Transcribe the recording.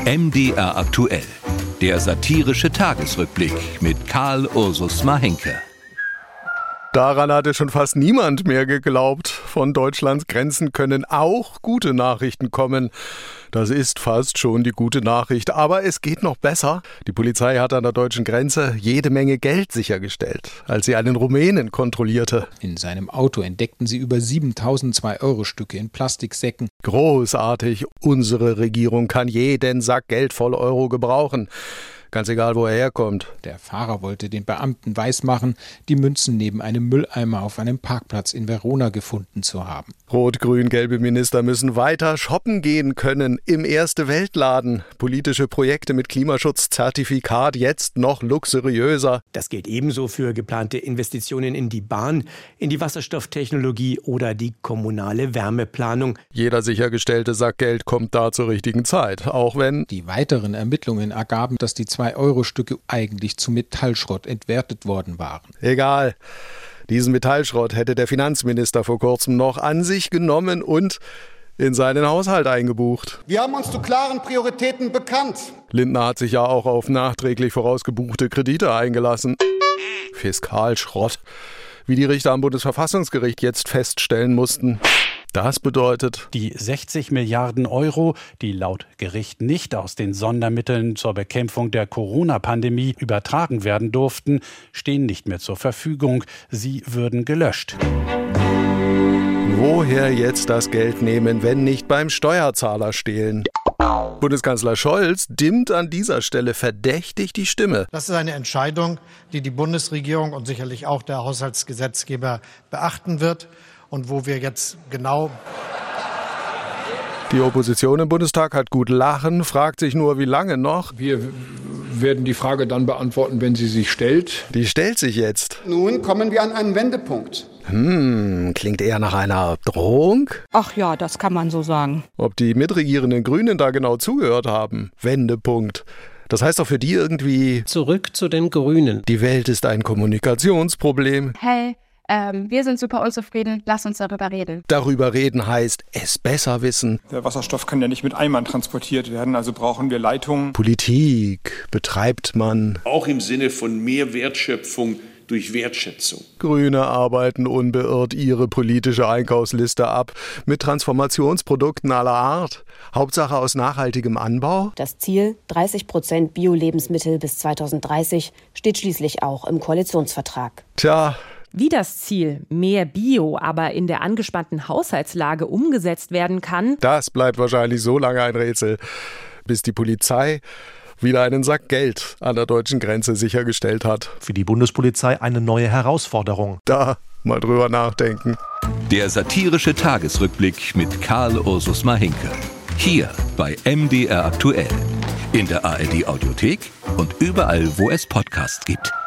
MDR aktuell. Der satirische Tagesrückblick mit Karl Ursus Mahenke. Daran hatte schon fast niemand mehr geglaubt. Von Deutschlands Grenzen können auch gute Nachrichten kommen. Das ist fast schon die gute Nachricht. Aber es geht noch besser. Die Polizei hat an der deutschen Grenze jede Menge Geld sichergestellt, als sie einen Rumänen kontrollierte. In seinem Auto entdeckten sie über 7.000 2-Euro-Stücke in Plastiksäcken. Großartig. Unsere Regierung kann jeden Sack Geld voll Euro gebrauchen. Ganz egal, wo er herkommt. Der Fahrer wollte den Beamten weismachen, die Münzen neben einem Mülleimer auf einem Parkplatz in Verona gefunden zu haben. Rot-grün-gelbe Minister müssen weiter shoppen gehen können im Erste-Welt-Laden. Politische Projekte mit Klimaschutzzertifikat jetzt noch luxuriöser. Das gilt ebenso für geplante Investitionen in die Bahn, in die Wasserstofftechnologie oder die kommunale Wärmeplanung. Jeder sichergestellte Sack Geld kommt da zur richtigen Zeit, auch wenn Die weiteren Ermittlungen ergaben, dass die 2-Euro-Stücke eigentlich zu Metallschrott entwertet worden waren. Egal. Diesen Metallschrott hätte der Finanzminister vor kurzem noch an sich genommen und in seinen Haushalt eingebucht. Wir haben uns zu klaren Prioritäten bekannt. Lindner hat sich ja auch auf nachträglich vorausgebuchte Kredite eingelassen. Fiskalschrott, wie die Richter am Bundesverfassungsgericht jetzt feststellen mussten. Das bedeutet, die 60 Milliarden Euro, die laut Gericht nicht aus den Sondermitteln zur Bekämpfung der Corona-Pandemie übertragen werden durften, stehen nicht mehr zur Verfügung. Sie würden gelöscht. woher jetzt das Geld nehmen, wenn nicht beim Steuerzahler stehlen? Bundeskanzler Scholz dimmt an dieser Stelle verdächtig die Stimme. Das ist eine Entscheidung, die die Bundesregierung und sicherlich auch der Haushaltsgesetzgeber beachten wird. Und wo wir jetzt genau... Die Opposition im Bundestag hat gut lachen, fragt sich nur, wie lange noch. Wir werden die Frage dann beantworten, wenn sie sich stellt. Die stellt sich jetzt. Nun kommen wir an einen Wendepunkt. Klingt eher nach einer Drohung? Ach ja, das kann man so sagen. Ob die mitregierenden Grünen da genau zugehört haben? Wendepunkt. Das heißt doch für die irgendwie... Zurück zu den Grünen. Die Welt ist ein Kommunikationsproblem. Hey, wir sind super unzufrieden, lass uns darüber reden. Darüber reden heißt, es besser wissen. Der Wasserstoff kann ja nicht mit Eimern transportiert werden, also brauchen wir Leitungen. Politik betreibt man. Auch im Sinne von mehr Wertschöpfung durch Wertschätzung. Grüne arbeiten unbeirrt ihre politische Einkaufsliste ab mit Transformationsprodukten aller Art. Hauptsache aus nachhaltigem Anbau. Das Ziel, 30% Bio-Lebensmittel bis 2030, steht schließlich auch im Koalitionsvertrag. Tja. Wie das Ziel, mehr Bio, aber in der angespannten Haushaltslage umgesetzt werden kann, das bleibt wahrscheinlich so lange ein Rätsel, bis die Polizei wieder einen Sack Geld an der deutschen Grenze sichergestellt hat. Für die Bundespolizei eine neue Herausforderung. Da mal drüber nachdenken. Der satirische Tagesrückblick mit Karl Ursus Mahenke. Hier bei MDR aktuell. In der ARD Audiothek und überall, wo es Podcasts gibt.